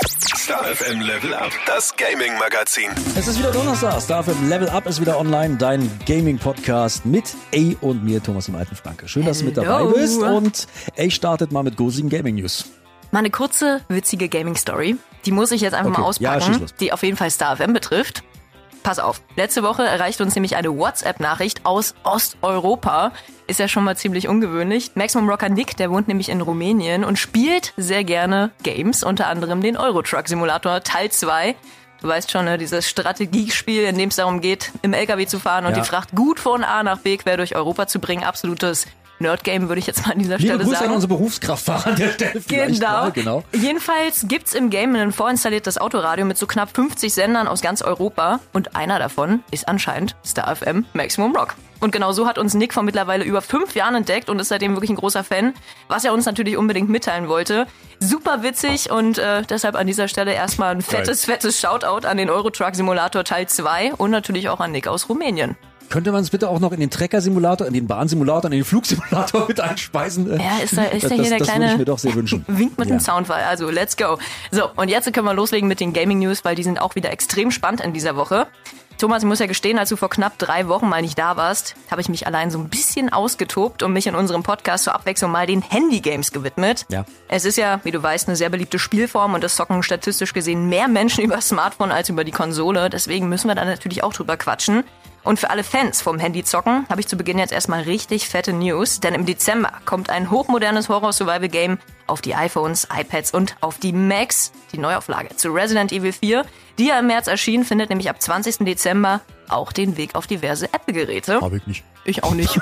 Star FM Level Up, das Gaming-Magazin. Es ist wieder Donnerstag. Star FM Level Up ist wieder online. Dein Gaming-Podcast mit A und mir, Thomas dem Alten Franke. Schön, dass du mit dabei bist. Und A startet mal mit gosigen Gaming-News. Mal eine kurze, witzige Gaming-Story. Die muss ich jetzt einfach mal auspacken, die auf jeden Fall Star FM betrifft. Pass auf, letzte Woche erreichte uns nämlich eine WhatsApp-Nachricht aus Osteuropa. Ist ja schon mal ziemlich ungewöhnlich. Maximum Rocker Nick, der wohnt nämlich in Rumänien und spielt sehr gerne Games, unter anderem den Euro Truck Simulator Teil 2. Du weißt schon, ne, dieses Strategiespiel, in dem es darum geht, im LKW zu fahren und die Fracht gut von A nach B quer durch Europa zu bringen. Absolutes Nerdgame, würde ich jetzt mal an dieser Stelle sagen. Grüße an unsere Berufskraftfahrer an der Stelle vielleicht. Genau. Jedenfalls gibt's im Game ein vorinstalliertes Autoradio mit so knapp 50 Sendern aus ganz Europa. Und einer davon ist anscheinend Star FM Maximum Rock. Und genau so hat uns Nick vor mittlerweile über 5 Jahren entdeckt und ist seitdem wirklich ein großer Fan, was er uns natürlich unbedingt mitteilen wollte. Super witzig und deshalb an dieser Stelle erstmal ein fettes Shoutout an den Euro Truck Simulator Teil 2 und natürlich auch an Nick aus Rumänien. Könnte man es bitte auch noch in den Trecker-Simulator, in den Bahnsimulator, in den Flugsimulator mit einspeisen? Ja, ist da hier der kleine das würde ich mir doch sehr wünschen. Wink mit dem Soundfall. Also, let's go. So, und jetzt können wir loslegen mit den Gaming-News, weil die sind auch wieder extrem spannend in dieser Woche. Thomas, ich muss ja gestehen, als du vor knapp 3 Wochen mal nicht da warst, habe ich mich allein so ein bisschen ausgetobt und mich in unserem Podcast zur Abwechslung mal den Handy-Games gewidmet. Ja. Es ist ja, wie du weißt, eine sehr beliebte Spielform und es zocken statistisch gesehen mehr Menschen über das Smartphone als über die Konsole. Deswegen müssen wir da natürlich auch drüber quatschen. Und für alle Fans vom Handyzocken habe ich zu Beginn jetzt erstmal richtig fette News, denn im Dezember kommt ein hochmodernes Horror-Survival-Game auf die iPhones, iPads und auf die Macs. Die Neuauflage zu Resident Evil 4, die ja im März erschien, findet nämlich ab 20. Dezember auch den Weg auf diverse Apple-Geräte. Hab ich nicht. Ich auch nicht.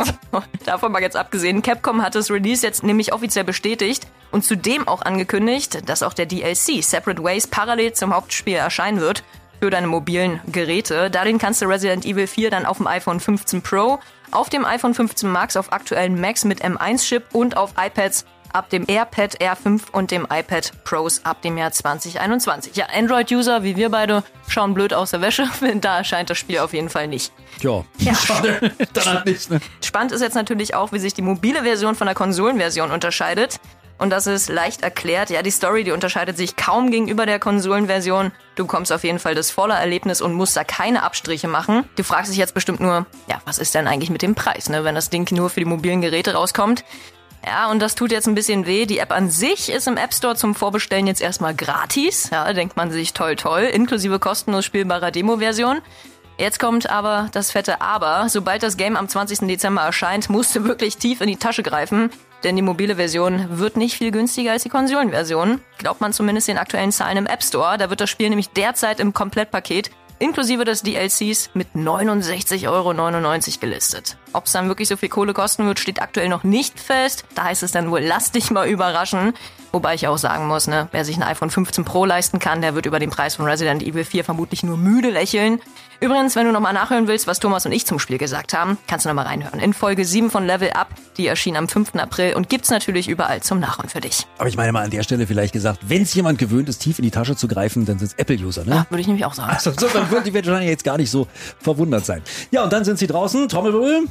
Davon mal jetzt abgesehen, Capcom hat das Release jetzt nämlich offiziell bestätigt und zudem auch angekündigt, dass auch der DLC Separate Ways parallel zum Hauptspiel erscheinen wird für deine mobilen Geräte. Darin kannst du Resident Evil 4 dann auf dem iPhone 15 Pro, auf dem iPhone 15 Max, auf aktuellen Macs mit M1-Chip und auf iPads ab dem AirPad Air 5 und dem iPad Pros ab dem Jahr 2021. Ja, Android-User wie wir beide schauen blöd aus der Wäsche, da erscheint das Spiel auf jeden Fall nicht. Ja, schade. Dann halt nicht, ne? Spannend ist jetzt natürlich auch, wie sich die mobile Version von der Konsolenversion unterscheidet. Und das ist leicht erklärt. Ja, die Story, die unterscheidet sich kaum gegenüber der Konsolenversion. Du bekommst auf jeden Fall das volle Erlebnis und musst da keine Abstriche machen. Du fragst dich jetzt bestimmt nur, ja, was ist denn eigentlich mit dem Preis, ne, wenn das Ding nur für die mobilen Geräte rauskommt? Ja, und das tut jetzt ein bisschen weh. Die App an sich ist im App Store zum Vorbestellen jetzt erstmal gratis. Ja, denkt man sich toll, inklusive kostenlos spielbarer Demo-Version. Jetzt kommt aber das fette Aber. Sobald das Game am 20. Dezember erscheint, musst du wirklich tief in die Tasche greifen. Denn die mobile Version wird nicht viel günstiger als die Konsolenversion. Glaubt man zumindest den aktuellen Zahlen im App Store. Da wird das Spiel nämlich derzeit im Komplettpaket inklusive des DLCs mit 69,99 € gelistet. Ob es dann wirklich so viel Kohle kosten wird, steht aktuell noch nicht fest. Da heißt es dann wohl, lass dich mal überraschen. Wobei ich auch sagen muss, ne, wer sich ein iPhone 15 Pro leisten kann, der wird über den Preis von Resident Evil 4 vermutlich nur müde lächeln. Übrigens, wenn du nochmal nachhören willst, was Thomas und ich zum Spiel gesagt haben, kannst du nochmal reinhören. In Folge 7 von Level Up, die erschien am 5. April und gibt's natürlich überall zum Nachhören für dich. Aber ich meine mal an der Stelle vielleicht gesagt, wenn es jemand gewöhnt ist, tief in die Tasche zu greifen, dann sind es Apple-User, ne? Ja, würde ich nämlich auch sagen. Also, dann würden die wahrscheinlich jetzt gar nicht so verwundert sein. Ja, und dann sind sie draußen. Trommelwirbel.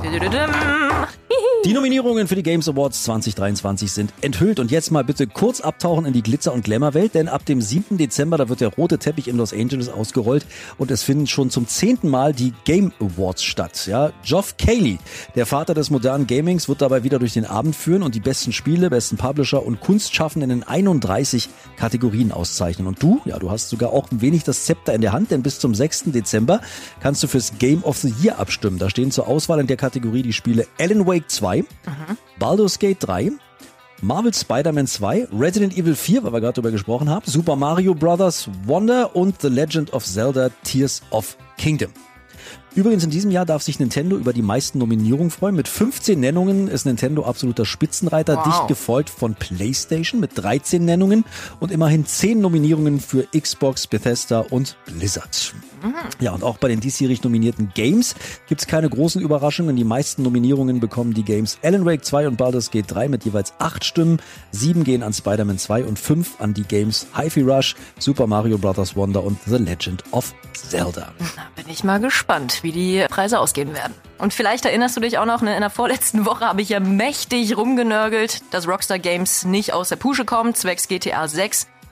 Die Nominierungen für die Games Awards 2023 sind enthüllt und jetzt mal bitte kurz abtauchen in die Glitzer- und Glamour-Welt, denn ab dem 7. Dezember, da wird der rote Teppich in Los Angeles ausgerollt und es finden schon zum 10. Mal die Game Awards statt. Ja, Geoff Keighley, der Vater des modernen Gamings, wird dabei wieder durch den Abend führen und die besten Spiele, besten Publisher und Kunstschaffenden in 31 Kategorien auszeichnen. Und du, ja, du hast sogar auch ein wenig das Zepter in der Hand, denn bis zum 6. Dezember kannst du fürs Game of the Year abstimmen. Da stehen zur Auswahl in der Kategorie die Spiele Alan Wake 2, Baldur's Gate 3, Marvel Spider-Man 2, Resident Evil 4, weil wir gerade darüber gesprochen haben, Super Mario Bros. Wonder und The Legend of Zelda Tears of Kingdom. Übrigens in diesem Jahr darf sich Nintendo über die meisten Nominierungen freuen. Mit 15 Nennungen ist Nintendo absoluter Spitzenreiter, dicht gefolgt von PlayStation mit 13 Nennungen und immerhin 10 Nominierungen für Xbox, Bethesda und Blizzard. Ja, und auch bei den diesjährig nominierten Games gibt es keine großen Überraschungen. Die meisten Nominierungen bekommen die Games Alan Wake 2 und Baldur's Gate 3 mit jeweils 8 Stimmen. 7 gehen an Spider-Man 2 und 5 an die Games Hi-Fi Rush, Super Mario Bros. Wonder und The Legend of Zelda. Na, bin ich mal gespannt, wie die Preise ausgehen werden. Und vielleicht erinnerst du dich auch noch, in der vorletzten Woche habe ich ja mächtig rumgenörgelt, dass Rockstar Games nicht aus der Pusche kommt, zwecks GTA 6.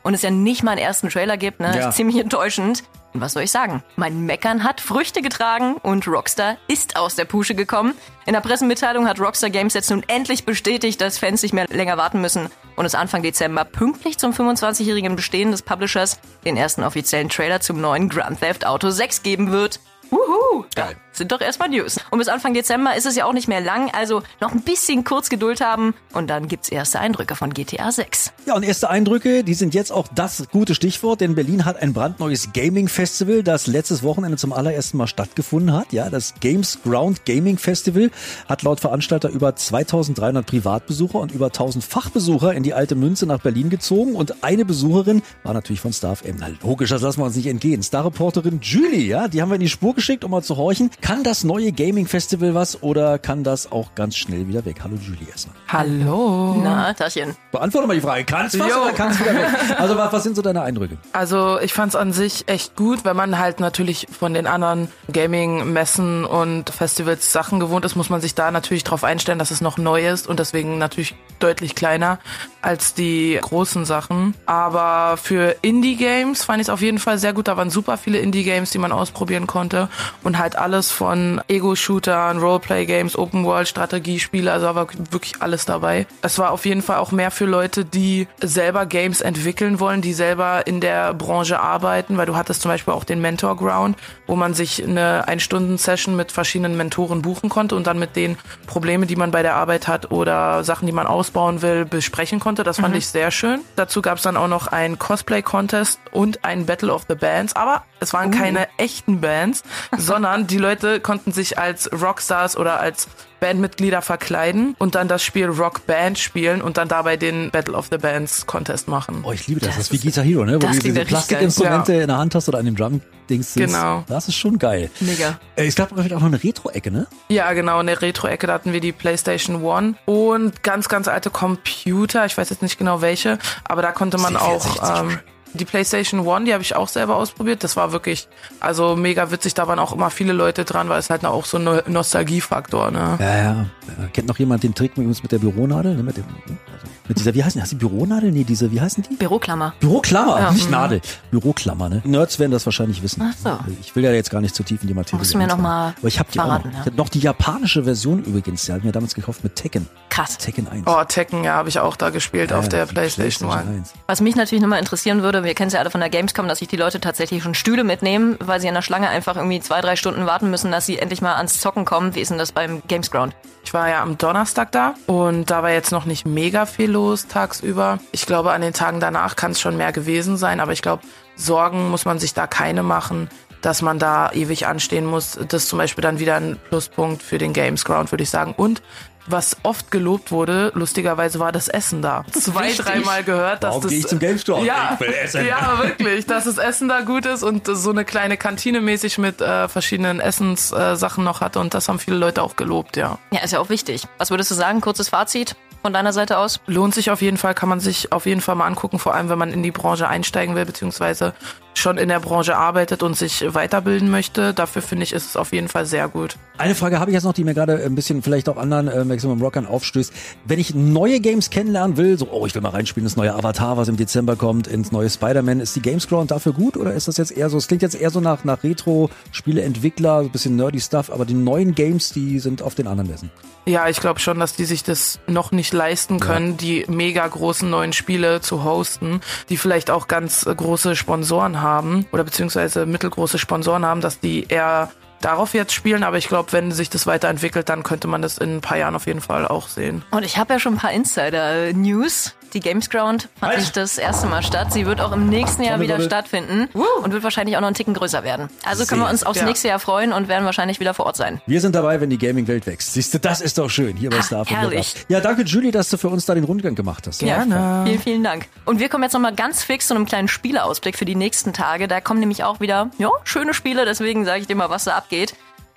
und es ja nicht mal einen ersten Trailer gibt, ne? Ja. Ziemlich enttäuschend. Und was soll ich sagen? Mein Meckern hat Früchte getragen und Rockstar ist aus der Puschen gekommen. In der Pressemitteilung hat Rockstar Games jetzt nun endlich bestätigt, dass Fans nicht mehr länger warten müssen und es Anfang Dezember pünktlich zum 25-jährigen Bestehen des Publishers den ersten offiziellen Trailer zum neuen Grand Theft Auto 6 geben wird. Wuhu! Geil. Sind doch erstmal News. Und bis Anfang Dezember ist es ja auch nicht mehr lang, also noch ein bisschen kurz Geduld haben und dann gibt's erste Eindrücke von GTA 6. Ja, und erste Eindrücke, die sind jetzt auch das gute Stichwort, denn Berlin hat ein brandneues Gaming-Festival, das letztes Wochenende zum allerersten Mal stattgefunden hat. Ja, das Games Ground Gaming Festival hat laut Veranstalter über 2300 Privatbesucher und über 1000 Fachbesucher in die alte Münze nach Berlin gezogen und eine Besucherin war natürlich von Star FM. Na logisch, das lassen wir uns nicht entgehen. Starreporterin Julie, ja, die haben wir in die Spur geschickt, um mal zu horchen. Kann das neue Gaming-Festival was oder kann das auch ganz schnell wieder weg? Hallo Julie erstmal. Hallo. Na, Taschen. Beantworte mal die Frage. Kannst was oder kannst wieder weg? Also was sind so deine Eindrücke? Also ich fand's an sich echt gut, wenn man halt natürlich von den anderen Gaming-Messen und Festivals Sachen gewohnt ist, muss man sich da natürlich drauf einstellen, dass es noch neu ist und deswegen natürlich deutlich kleiner als die großen Sachen. Aber für Indie-Games fand ich es auf jeden Fall sehr gut. Da waren super viele Indie-Games, die man ausprobieren konnte und halt alles von Ego-Shootern, Roleplay-Games, Open-World-Strategiespiele, also da war wirklich alles dabei. Es war auf jeden Fall auch mehr für Leute, die selber Games entwickeln wollen, die selber in der Branche arbeiten, weil du hattest zum Beispiel auch den Mentor Ground, wo man sich eine 1-Stunden-Session mit verschiedenen Mentoren buchen konnte und dann mit den Probleme, die man bei der Arbeit hat oder Sachen, die man ausbauen will, besprechen konnte. Das fand ich sehr schön. Dazu gab es dann auch noch einen Cosplay-Contest und ein Battle of the Bands, aber es waren keine echten Bands, sondern die Leute konnten sich als Rockstars oder als Bandmitglieder verkleiden und dann das Spiel Rock Band spielen und dann dabei den Battle of the Bands Contest machen. Oh, ich liebe das. Das ist wie Guitar Hero, ne? Wo du das diese klingt Plastikinstrumente in der Hand hast oder an dem Drum-Dings sitzt. Genau. Das ist schon geil. Mega. Es gab auch noch eine Retro-Ecke, ne? Ja, genau, in der Retro-Ecke, da hatten wir die PlayStation 1 und ganz, ganz alte Computer, ich weiß jetzt nicht genau welche, aber da konnte man auch... Die PlayStation 1, die habe ich auch selber ausprobiert. Das war wirklich, also mega witzig. Da waren auch immer viele Leute dran, weil es halt auch so ein Nostalgiefaktor, ne? Ja. Kennt noch jemand den Trick mit der Büronadel? Ne? Mit dieser, wie heißen die? Hast du Büronadel? Nee, wie heißen die? Büroklammer. Büroklammer, Ja. nicht Nadel. Büroklammer, ne? Nerds werden das wahrscheinlich wissen. Ach so. Ich will ja jetzt gar nicht zu tief in die Materie. Musst du mir noch mal Aber ich hab die auch noch. verraten, ja. Ich hab noch die japanische Version übrigens. Die habe ich mir damals gekauft mit Tekken. Krass. Tekken 1. Oh, Tekken, ja, habe ich auch da gespielt auf der die PlayStation 1. Was mich natürlich nochmal interessieren würde, wir kennen es ja alle von der Gamescom, dass sich die Leute tatsächlich schon Stühle mitnehmen, weil sie in der Schlange einfach irgendwie 2-3 Stunden warten müssen, dass sie endlich mal ans Zocken kommen. Wie ist denn das beim Gamesground? Ich war ja am Donnerstag da und da war jetzt noch nicht mega viel los tagsüber. Ich glaube, an den Tagen danach kann es schon mehr gewesen sein, aber ich glaube, Sorgen muss man sich da keine machen, dass man da ewig anstehen muss. Das ist zum Beispiel dann wieder ein Pluspunkt für den Gamesground, würde ich sagen. Und was oft gelobt wurde, lustigerweise war das Essen da. 2-3 Mal gehört, dass Warum gehe ich zum Gamesground? Ja, Ich will essen. ja, wirklich, dass das Essen da gut ist und so eine kleine Kantine mäßig mit verschiedenen Essenssachen noch hatte und das haben viele Leute auch gelobt, ja. Ja, ist ja auch wichtig. Was würdest du sagen? Kurzes Fazit von deiner Seite aus? Lohnt sich auf jeden Fall, kann man sich auf jeden Fall mal angucken, vor allem wenn man in die Branche einsteigen will, beziehungsweise schon in der Branche arbeitet und sich weiterbilden möchte. Dafür finde ich, ist es auf jeden Fall sehr gut. Eine Frage habe ich jetzt noch, die mir gerade ein bisschen vielleicht auch anderen Maximum Rockern aufstößt. Wenn ich neue Games kennenlernen will, so, ich will mal reinspielen, das neue Avatar, was im Dezember kommt, ins neue Spider-Man, ist die Gamesground dafür gut oder ist das jetzt eher so, es klingt jetzt eher so nach Retro-Spieleentwickler, so ein bisschen nerdy Stuff, aber die neuen Games, die sind auf den anderen Messen. Ja, ich glaube schon, dass die sich das noch nicht leisten können, die mega großen neuen Spiele zu hosten, die vielleicht auch ganz große Sponsoren haben oder beziehungsweise mittelgroße Sponsoren haben, dass die eher darauf jetzt spielen, aber ich glaube, wenn sich das weiterentwickelt, dann könnte man das in ein paar Jahren auf jeden Fall auch sehen. Und ich habe ja schon ein paar Insider-News. Die Gamesground fand nicht das erste Mal statt. Sie wird auch im nächsten Jahr wieder stattfinden und wird wahrscheinlich auch noch einen Ticken größer werden. Also können wir uns aufs nächste Jahr freuen und werden wahrscheinlich wieder vor Ort sein. Wir sind dabei, wenn die Gaming-Welt wächst. Siehst du, das ist doch schön, hier bei Star FM. Herrlich. Ja, danke Julie, dass du für uns da den Rundgang gemacht hast. Gerne. Vielen, vielen Dank. Und wir kommen jetzt nochmal ganz fix zu einem kleinen Spieleausblick für die nächsten Tage. Da kommen nämlich auch wieder schöne Spiele, deswegen sage ich dir mal, was da abgeht.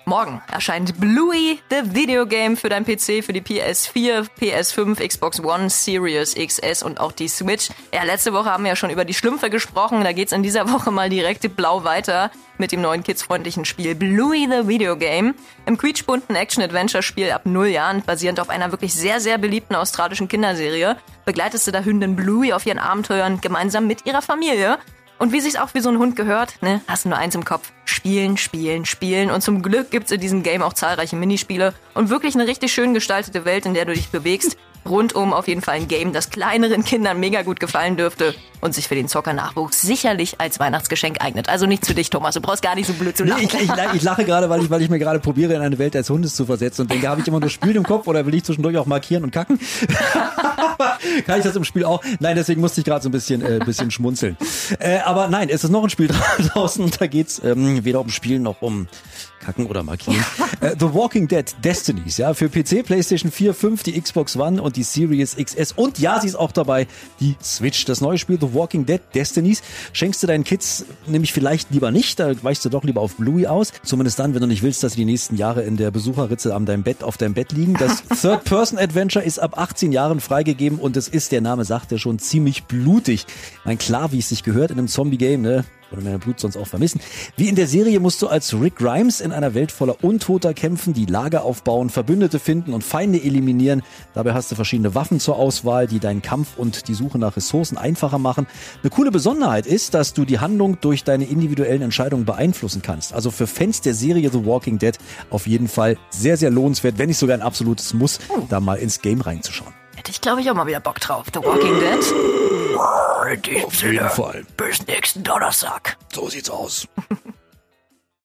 Morgen erscheint Bluey, the Video Game für dein PC, für die PS4, PS5, Xbox One, Series XS und auch die Switch. Ja, letzte Woche haben wir ja schon über die Schlümpfe gesprochen. Da geht's in dieser Woche mal direkt blau weiter mit dem neuen kidsfreundlichen Spiel Bluey, the Video Game. Im quietschbunten Action-Adventure-Spiel ab 0 Jahren, basierend auf einer wirklich sehr, sehr beliebten australischen Kinderserie, begleitest du da Hündin Bluey auf ihren Abenteuern gemeinsam mit ihrer Familie. Und wie sich's auch wie so ein Hund gehört, ne, hast du nur eins im Kopf. Spielen, spielen, spielen. Und zum Glück gibt's in diesem Game auch zahlreiche Minispiele und wirklich eine richtig schön gestaltete Welt, in der du dich bewegst. Rundum auf jeden Fall ein Game, das kleineren Kindern mega gut gefallen dürfte und sich für den Zockernachwuchs sicherlich als Weihnachtsgeschenk eignet. Also nicht für dich, Thomas, du brauchst gar nicht so blöd zu lachen. Ich lache gerade, weil ich mir gerade probiere, in eine Welt als Hundes zu versetzen und denke, habe ich immer nur Spielen im Kopf oder will ich zwischendurch auch markieren und kacken? Kann ich das im Spiel auch? Nein, deswegen musste ich gerade so ein bisschen schmunzeln. Aber nein, es ist noch ein Spiel draußen und da geht's weder um Spielen noch um Kacken oder Markieren. The Walking Dead Destinies, ja, für PC, PlayStation 4, 5, die Xbox One und die Series XS und ja, sie ist auch dabei, die Switch. Das neue Spiel The Walking Dead Destinies schenkst du deinen Kids nämlich vielleicht lieber nicht, da weichst du doch lieber auf Bluey aus. Zumindest dann, wenn du nicht willst, dass sie die nächsten Jahre in der Besucherritze auf deinem Bett liegen. Das Third-Person-Adventure ist ab 18 Jahren freigegeben und es ist, der Name sagt ja schon, ziemlich blutig. Ich meine, klar, wie es sich gehört in einem Zombie-Game, ne? Oder dein Blut sonst auch vermissen. Wie in der Serie musst du als Rick Grimes in einer Welt voller Untoter kämpfen, die Lager aufbauen, Verbündete finden und Feinde eliminieren. Dabei hast du verschiedene Waffen zur Auswahl, die deinen Kampf und die Suche nach Ressourcen einfacher machen. Eine coole Besonderheit ist, dass du die Handlung durch deine individuellen Entscheidungen beeinflussen kannst. Also für Fans der Serie The Walking Dead auf jeden Fall sehr, sehr lohnenswert, wenn nicht sogar ein absolutes Muss, da mal ins Game reinzuschauen. Hätte ich, glaube ich, auch mal wieder Bock drauf. The Walking Dead. Auf jeden Fall. Bis nächsten Donnerstag. So sieht's aus.